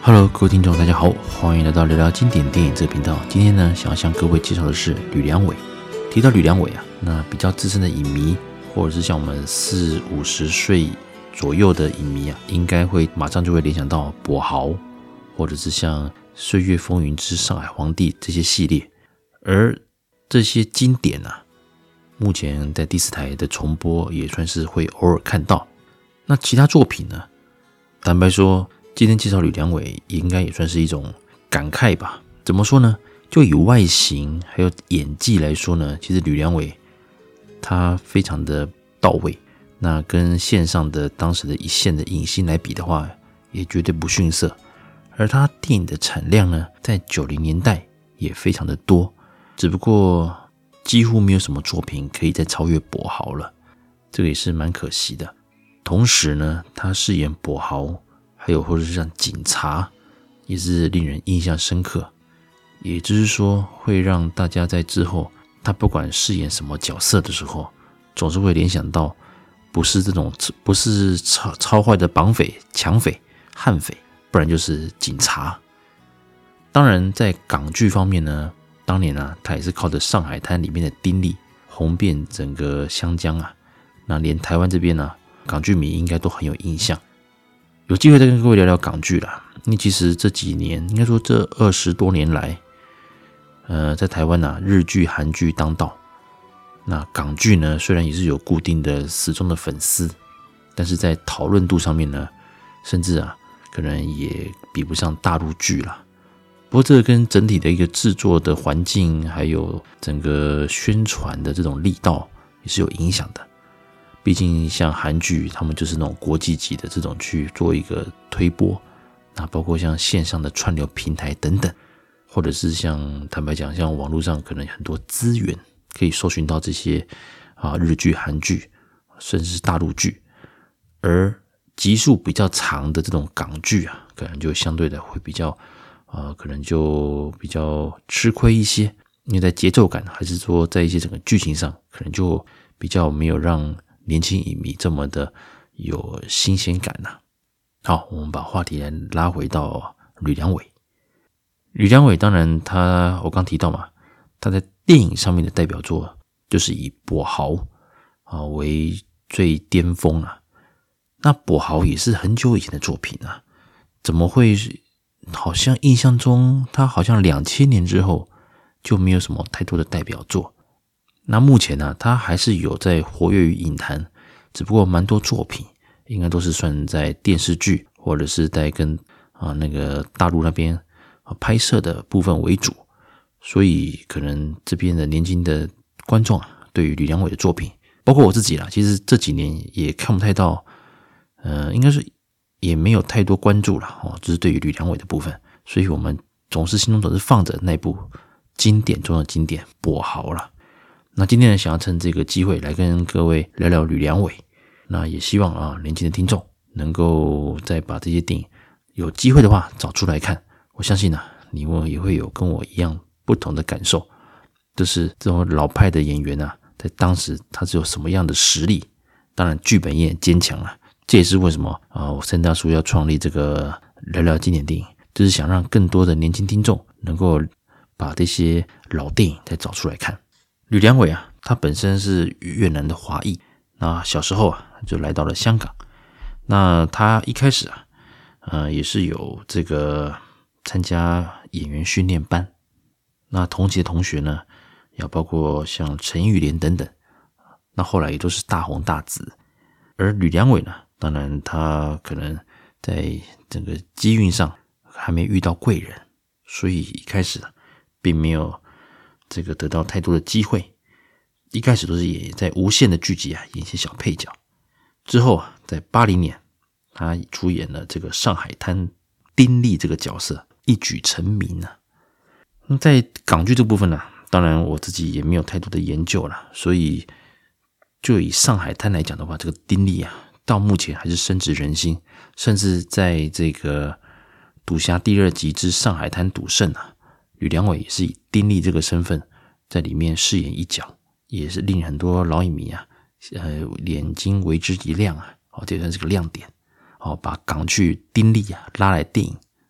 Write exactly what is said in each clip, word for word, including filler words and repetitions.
Hello， 各位听众，大家好，欢迎来到聊聊经典电影这个频道。今天呢，想要向各位介绍的是吕良伟。提到吕良伟啊，那比较资深的影迷，或者是像我们四五十岁左右的影迷啊，应该会马上就会联想到跛豪，或者是像《岁月风云之上海皇帝》这些系列。而这些经典啊，目前在第四台的重播也算是会偶尔看到。那其他作品呢，坦白说，今天介绍吕良伟应该也算是一种感慨吧。怎么说呢？就以外形还有演技来说呢，其实吕良伟他非常的到位。那跟线上的当时的一线的影星来比的话，也绝对不逊色。而他电影的产量呢，在九零年代也非常的多，只不过几乎没有什么作品可以再超越跛豪了，这个也是蛮可惜的。同时呢，他饰演跛豪还有或者是像警察，也是令人印象深刻。也就是说，会让大家在之后，他不管饰演什么角色的时候，总是会联想到，不是这种不是超超坏的绑匪、抢匪、悍匪，不然就是警察。当然，在港剧方面呢，当年啊，他也是靠着《上海滩》里面的丁力红遍整个湘江啊，那连台湾这边呢、啊，港剧迷应该都很有印象。有机会再跟各位聊聊港剧啦，因为其实这几年，应该说这二十多年来，呃，在台湾啊，日剧、韩剧当道。那港剧呢，虽然也是有固定的死忠的粉丝，但是在讨论度上面呢，甚至啊，可能也比不上大陆剧啦。不过这个跟整体的一个制作的环境，还有整个宣传的这种力道也是有影响的。毕竟像韩剧，他们就是那种国际级的这种去做一个推播，那包括像线上的串流平台等等，或者是像坦白讲，像网络上可能很多资源可以搜寻到这些啊日剧、韩剧，甚至是大陆剧。而集数比较长的这种港剧啊，可能就相对的会比较呃，可能就比较吃亏一些，因为在节奏感还是说在一些整个剧情上，可能就比较没有让年轻影迷这么的有新鲜感啊。好，我们把话题来拉回到吕良伟。吕良伟当然他我刚提到嘛，他在电影上面的代表作就是以跛豪啊为最巅峰啊。那跛豪也是很久以前的作品啊，怎么会好像印象中他好像两千年之后就没有什么太多的代表作。那目前呢、啊，他还是有在活跃于影坛，只不过蛮多作品应该都是算在电视剧或者是在跟啊那个大陆那边啊拍摄的部分为主，所以可能这边的年轻的观众啊，对于吕良伟的作品，包括我自己啦，其实这几年也看不太到，呃，应该是也没有太多关注啦，哦，就是对于吕良伟的部分，所以我们总是心中总是放着那部经典中的经典跛豪啦。那今天呢，想要趁这个机会来跟各位聊聊吕良伟，那也希望啊年轻的听众能够再把这些电影有机会的话找出来看，我相信啊你也会有跟我一样不同的感受，就是这种老派的演员啊，在当时他是有什么样的实力，当然剧本也很坚强啊，这也是为什么啊我森大叔要创立这个聊聊经典电影，就是想让更多的年轻听众能够把这些老电影再找出来看。吕良伟啊，他本身是越南的华裔，那小时候啊就来到了香港。那他一开始啊，呃也是有这个参加演员训练班。那同级的同学呢，要包括像陈玉莲等等，那后来也都是大红大紫。而吕良伟呢，当然他可能在整个机运上还没遇到贵人，所以一开始并没有这个得到太多的机会，一开始都是也在无线的剧集啊演一些小配角。之后啊，在八零年，他出演了这个上海滩丁力这个角色，一举成名啊。那在港剧这部分呢、啊，当然我自己也没有太多的研究了，所以就以上海滩来讲的话，这个丁力啊，到目前还是深植人心，甚至在这个赌侠第二集之上海滩赌圣啊，吕良伟也是以丁力这个身份在里面饰演一角，也是令很多老影迷啊，呃，眼睛为之一亮啊，哦，这算是个亮点，哦，把港剧丁力啊拉来电影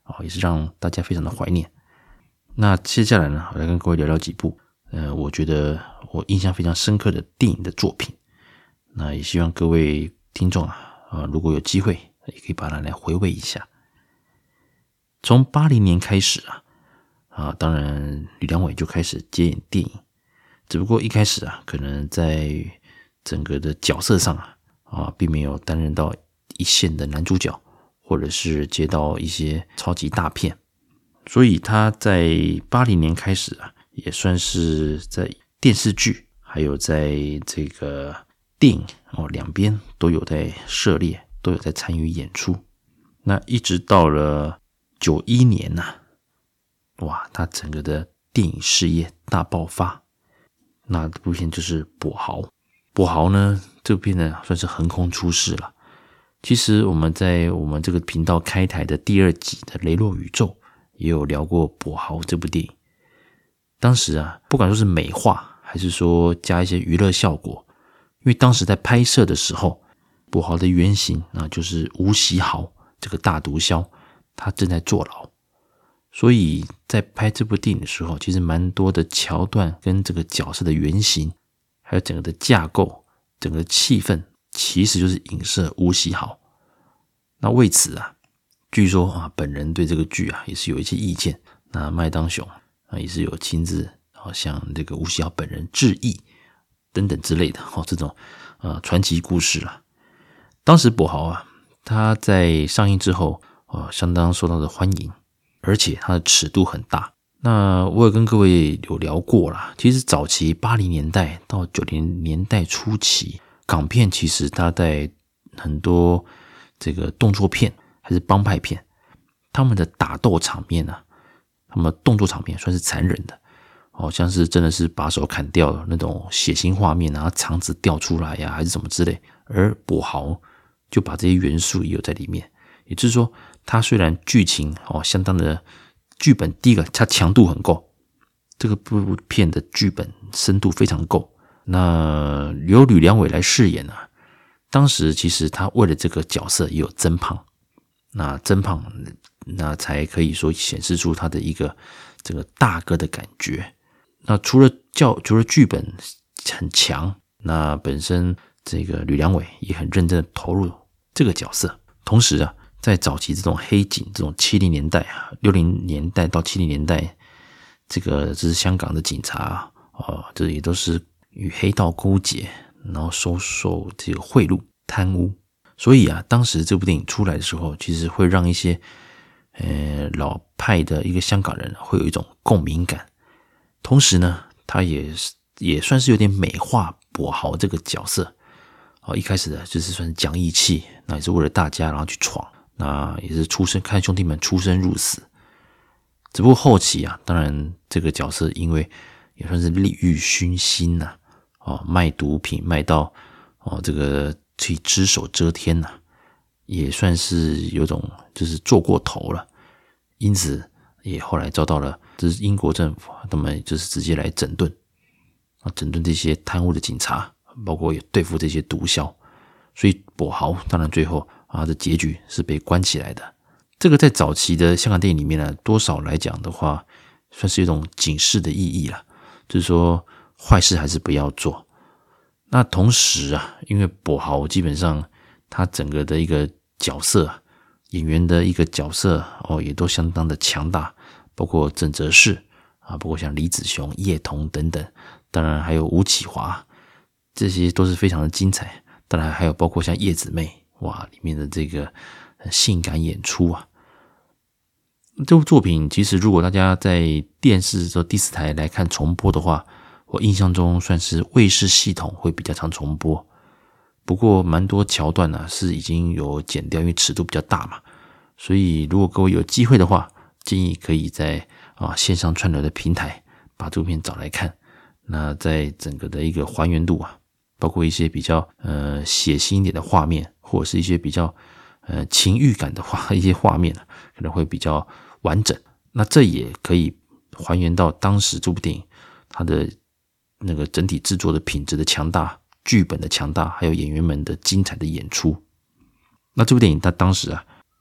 哦，也是让大家非常的怀念。那接下来呢，我来跟各位聊聊几部呃，我觉得我印象非常深刻的电影的作品。那也希望各位听众啊，呃，如果有机会，也可以把它来回味一下。从八零年开始啊，啊，当然吕良伟就开始接演电影，只不过一开始啊，可能在整个的角色上啊，啊，并没有担任到一线的男主角，或者是接到一些超级大片，所以他在八零年开始啊，也算是在电视剧还有在这个电影哦两边都有在涉猎，都有在参与演出。那一直到了九一年呐、啊，哇，他整个的电影事业大爆发。那这部片就是《跛豪》。跛豪呢，这部片呢算是横空出世了。其实我们在我们这个频道开台的第二集的《雷洛宇宙》也有聊过《跛豪》这部电影。当时啊，不管说是美化还是说加一些娱乐效果，因为当时在拍摄的时候，跛豪的原型啊就是吴锡豪这个大毒枭，他正在坐牢。所以在拍这部电影的时候，其实蛮多的桥段跟这个角色的原型，还有整个的架构、整个气氛，其实就是影射吴锡豪。那为此啊，据说啊，本人对这个剧啊也是有一些意见。那麦当雄啊也是有亲自啊向这个吴锡豪本人致意等等之类的哦，这种呃传奇故事啦。当时跛豪啊，他在上映之后呃相当受到的欢迎。而且它的尺度很大。那我也跟各位有聊过啦，其实早期八零年代到九零年代初期，港片其实它在很多这个动作片还是帮派片，他们的打斗场面啊，他们动作场面算是残忍的，好像是真的是把手砍掉的那种血腥画面啊，肠子掉出来呀、啊，还是什么之类。而跛豪就把这些元素也有在里面，也就是说，它虽然剧情哦相当的剧本，第一个它强度很够，这个部片的剧本深度非常够。那由吕良伟来饰演啊，当时其实他为了这个角色也有增胖，那增胖那才可以说显示出他的一个这个大哥的感觉。那除了教除了剧本很强，那本身这个吕良伟也很认真的投入这个角色，同时啊。在早期这种黑警，这种七零年代啊，六零年代到七零年代，这个这是香港的警察哦，这也都是与黑道勾结，然后收受这个贿赂、贪污。所以啊，当时这部电影出来的时候，其实会让一些呃老派的一个香港人会有一种共鸣感。同时呢，他也也算是有点美化跛豪这个角色。哦，一开始的就是算是讲义气，那也是为了大家然后去闯。那也是出生看兄弟们出生入死，只不过后期啊，当然这个角色因为也算是利欲熏心呐、啊，哦，卖毒品卖到哦这个去只手遮天呐、啊，也算是有种就是做过头了，因此也后来遭到了就是英国政府他们就是直接来整顿啊，整顿这些贪污的警察，包括也对付这些毒枭，所以跛豪当然最后。他的结局是被关起来的。这个在早期的香港电影里面呢，多少来讲的话，算是一种警示的意义啦，就是说坏事还是不要做。那同时啊，因为跛豪基本上他整个的一个角色，演员的一个角色哦，也都相当的强大，包括郑则仕啊，包括像李子雄、叶童等等，当然还有吴启华，这些都是非常的精彩。当然还有包括像叶子妹。哇，里面的这个性感演出啊，这部作品其实如果大家在电视的第四台来看重播的话，我印象中算是卫视系统会比较常重播。不过蛮多桥段呢、啊、是已经有剪掉，因为尺度比较大嘛。所以如果各位有机会的话，建议可以在啊线上串流的平台把这部片找来看。那在整个的一个还原度啊，包括一些比较呃血腥一点的画面。或者是一些比较呃情欲感的画一些画面可能会比较完整。那这也可以还原到当时这部电影它的那个整体制作的品质的强大、剧本的强大，还有演员们的精彩的演出。那这部电影它当时啊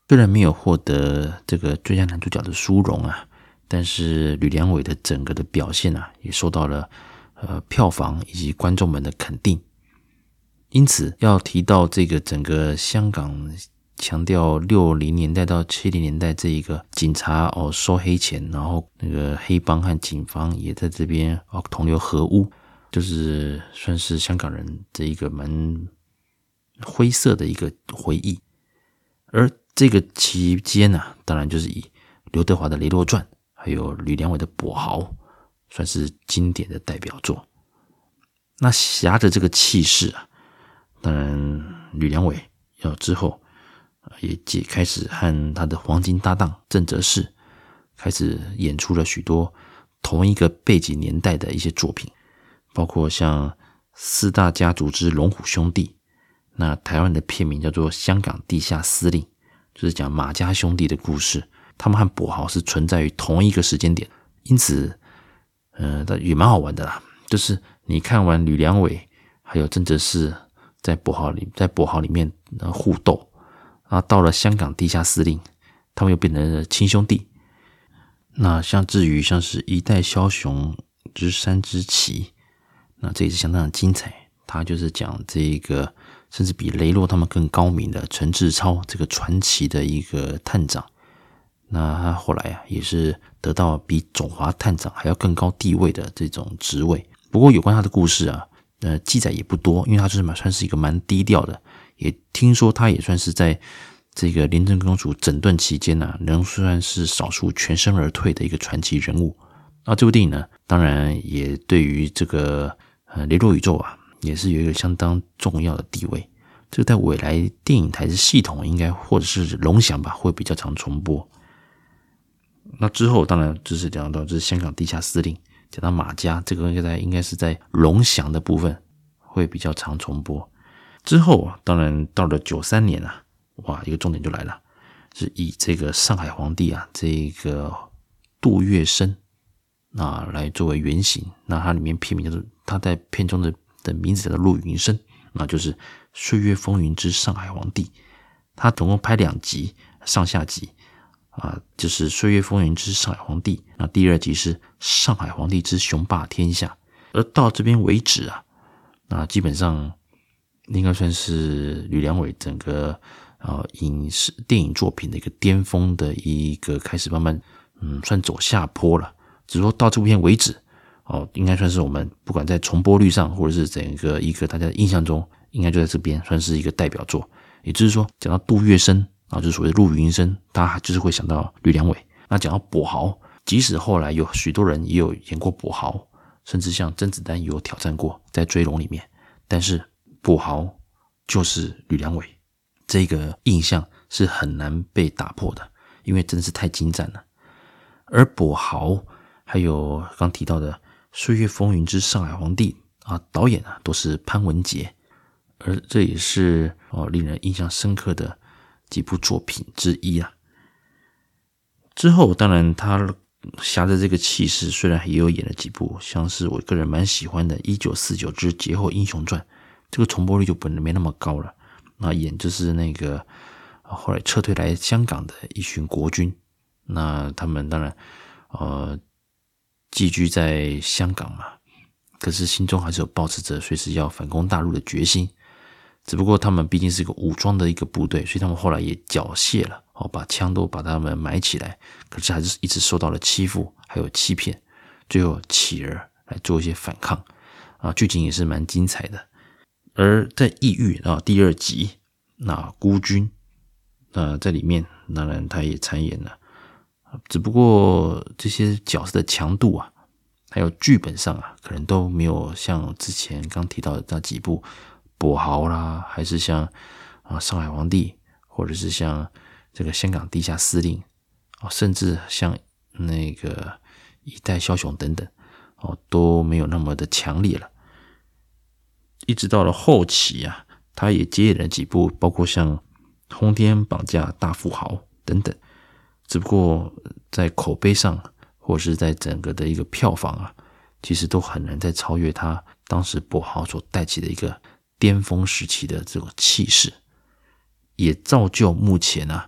虽然没有获得这个最佳男主角的殊荣啊，但是吕良伟的整个的表现啊，也受到了呃票房以及观众们的肯定。因此要提到这个整个香港强调六零年代到七零年代这一个警察哦收黑钱，然后那个黑帮和警方也在这边哦同流合污，就是算是香港人这一个蛮灰色的一个回忆。而这个期间啊，当然就是以刘德华的《雷洛传》还有吕良伟的《跛豪》算是经典的代表作。那挟着这个气势啊，当然吕良伟要之后也开始和他的黄金搭档郑则仕开始演出了许多同一个背景年代的一些作品，包括像四大家族之龙虎兄弟，那台湾的片名叫做香港地下司令，就是讲马家兄弟的故事。他们和跛豪是存在于同一个时间点，因此呃也蛮好玩的啦。就是你看完吕良伟还有郑则仕在跛豪里在跛豪里面互斗，然后到了香港地下司令，他们又变成了亲兄弟。那像至于像是一代枭雄之三之旗，那这也是相当的精彩。他就是讲这个甚至比雷洛他们更高明的陈志超这个传奇的一个探长。那他后来啊也是得到比总华探长还要更高地位的这种职位。不过有关他的故事啊，呃记载也不多，因为他就是算是一个蛮低调的。也听说他也算是在这个廉政公署整顿期间啊，能算是少数全身而退的一个传奇人物。那这部电影呢，当然也对于这个呃雷洛宇宙啊，也是有一个相当重要的地位。这个在未来电影台的系统应该或者是龙祥吧，会比较常重播。那之后当然就是讲到就是香港地下司令，讲到马家，这个应该是在龙祥的部分会比较常重播。之后啊，当然到了九三年啊，哇，一个重点就来了，是以这个上海皇帝啊，这个杜月笙啊来作为原型。那它里面片名就是他在片中的的名字叫做陆云生，那就是《岁月风云之上海皇帝》。他总共拍两集，上下集啊，就是《岁月风云之上海皇帝》，那第二集是《上海皇帝之雄霸天下》。而到这边为止啊，那基本上应该算是吕良伟整个呃影视电影作品的一个巅峰的一个开始慢慢嗯算走下坡了。只是说到这部片为止哦，应该算是我们不管在重播率上或者是整个一个大家的印象中，应该就在这边算是一个代表作。也就是说讲到杜月笙啊，就是所谓的陆云生，大家就是会想到吕良伟。那讲到跛豪，即使后来有许多人也有演过跛豪，甚至像甄子丹也有挑战过在追龙里面，但是跛豪就是吕良伟，这个印象是很难被打破的，因为真的是太精湛了。而跛豪还有刚提到的《岁月风云之上海皇帝》啊，导演啊都是潘文杰，而这也是哦令人印象深刻的几部作品之一啊。之后当然他挟着这个气势，虽然也有演了几部，像是我个人蛮喜欢的《一九四九之劫后英雄传》，这个重播率就本来没那么高了。那演就是那个后来撤退来香港的一群国军，那他们当然呃寄居在香港嘛，可是心中还是有抱持着随时要反攻大陆的决心。只不过他们毕竟是一个武装的一个部队，所以他们后来也缴械了，哦，把枪都把他们埋起来，可是还是一直受到了欺负还有欺骗，最后起而来做一些反抗啊，剧情也是蛮精彩的。而在异域啊第二集，那孤军那在里面当然他也参演了，只不过这些角色的强度啊还有剧本上啊可能都没有像之前刚提到的那几部跛豪啦，还是像啊上海皇帝，或者是像这个香港地下司令，甚至像那个一代枭雄等等都没有那么的强烈了。一直到了后期啊，他也接演了几部，包括像轰天绑架大富豪等等，只不过在口碑上或者是在整个的一个票房啊，其实都很难再超越他当时跛豪所带起的一个巅峰时期的这种气势，也造就目前啊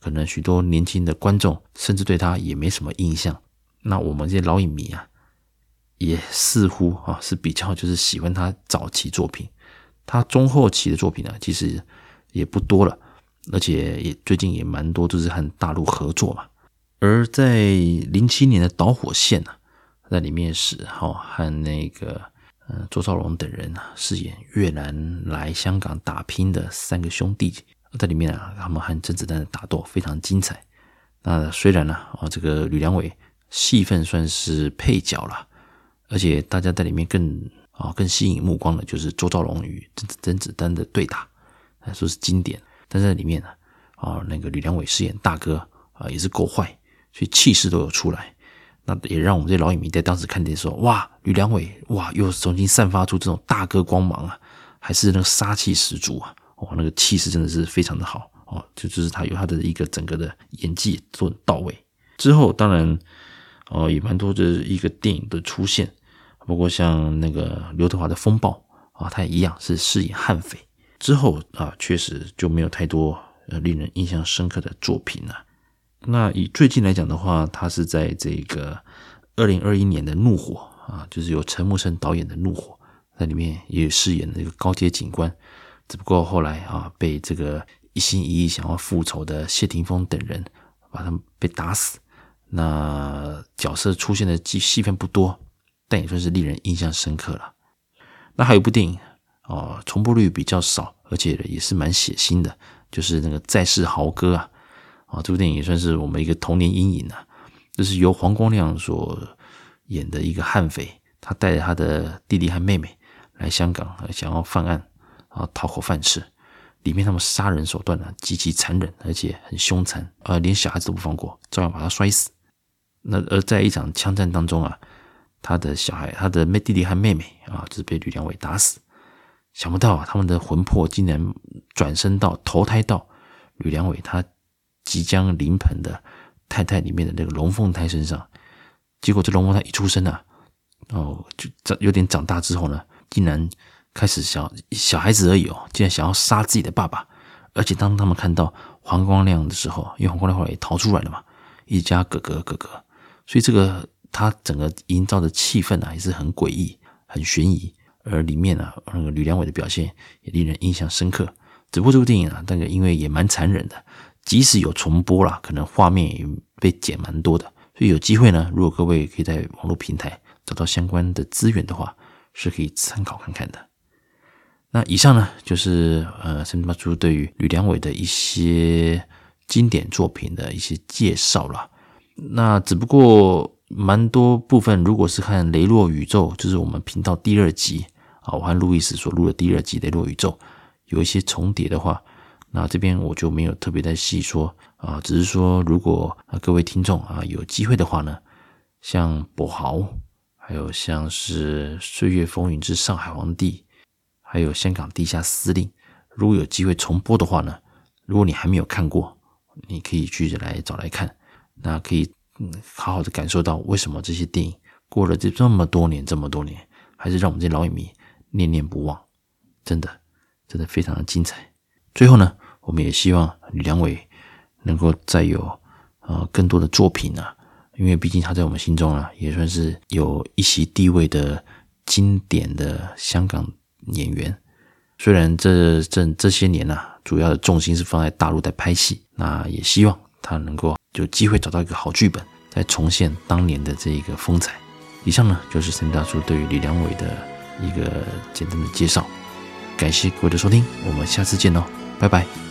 可能许多年轻的观众甚至对他也没什么印象。那我们这些老影迷啊，也似乎啊是比较就是喜欢他早期作品，他中后期的作品呢，其实也不多了，而且也最近也蛮多，就是和大陆合作嘛。而在零七年的《导火线》啊，在里面是哈和那个呃周兆龙等人啊饰演越南来香港打拼的三个兄弟，在里面啊他们和甄子丹的打斗非常精彩。那虽然呢啊这个吕良伟戏份算是配角啦，而且大家在里面更啊更吸引目光的就是周兆龙与甄子丹的对打，说是经典。但是在里面呢啊那个吕良伟饰演大哥啊也是够坏，所以气势都有出来。那也让我们这些老影迷在当时看见说，哇，吕良伟哇又重新散发出这种大哥光芒啊，还是那个杀气十足啊，哦那个气势真的是非常的好哦，就就是他有他的一个整个的演技做得到位。之后当然哦也蛮多的一个电影的出现，包括像那个刘德华的《风暴》啊，他也一样是饰演悍匪。之后啊确实就没有太多呃令人印象深刻的作品了。那以最近来讲的话，他是在这个二零二一年的《怒火》啊，就是由陈木胜导演的《怒火》，在里面也饰演了一个高阶警官，只不过后来啊被这个一心一意想要复仇的谢霆锋等人把他们被打死。那角色出现的戏份不多，但也算是令人印象深刻了。那还有一部电影哦，重播率比较少，而且也是蛮血腥的，就是那个《再世豪哥》啊。啊，这部电影也算是我们一个童年阴影啊。这是由黄光亮所演的一个悍匪，他带着他的弟弟和妹妹来香港，想要犯案啊，讨口饭吃。里面他们杀人手段呢极其残忍，而且很凶残，呃，连小孩子都不放过，照样把他摔死。那而在一场枪战当中啊，他的小孩，他的弟弟和妹妹啊，就是被吕良伟打死。想不到啊，他们的魂魄竟然转身到投胎到吕良伟他即将临盆的太太里面的那个龙凤胎身上，结果这龙凤胎一出生啊，哦，就有点长大之后呢，竟然开始想小孩子而已哦，竟然想要杀自己的爸爸。而且当他们看到黄光亮的时候，因为黄光亮后来也逃出来了嘛，一直叫他哥哥哥哥，所以这个他整个营造的气氛啊，也是很诡异、很悬疑。而里面啊，那个吕良伟的表现也令人印象深刻。只不过这部电影啊，那个因为也蛮残忍的。即使有重播啦，可能画面也被剪蛮多的，所以有机会呢，如果各位可以在网络平台找到相关的资源的话，是可以参考看看的。那以上呢，就是呃三八猪对于吕良伟的一些经典作品的一些介绍啦。那只不过蛮多部分，如果是看《雷洛宇宙》，就是我们频道第二集啊，我和路易斯所录的第二集《雷洛宇宙》，有一些重叠的话。那这边我就没有特别的细说啊，只是说如果、啊、各位听众啊有机会的话呢，像跛豪，还有像是《岁月风云之上海皇帝》，还有香港地下司令，如果有机会重播的话呢，如果你还没有看过，你可以去来找来看，那可以、嗯、好好的感受到为什么这些电影过了这么多年这么多年，还是让我们这些老影迷念念不忘，真的真的非常的精彩。最后呢，我们也希望吕良伟能够再有呃更多的作品啊，因为毕竟他在我们心中啊也算是有一席地位的经典的香港演员。虽然这这这些年啊，主要的重心是放在大陆在拍戏，那也希望他能够有机会找到一个好剧本，再重现当年的这个风采。以上呢就是森大叔对于吕良伟的一个简单的介绍，感谢各位的收听，我们下次见哦，拜拜。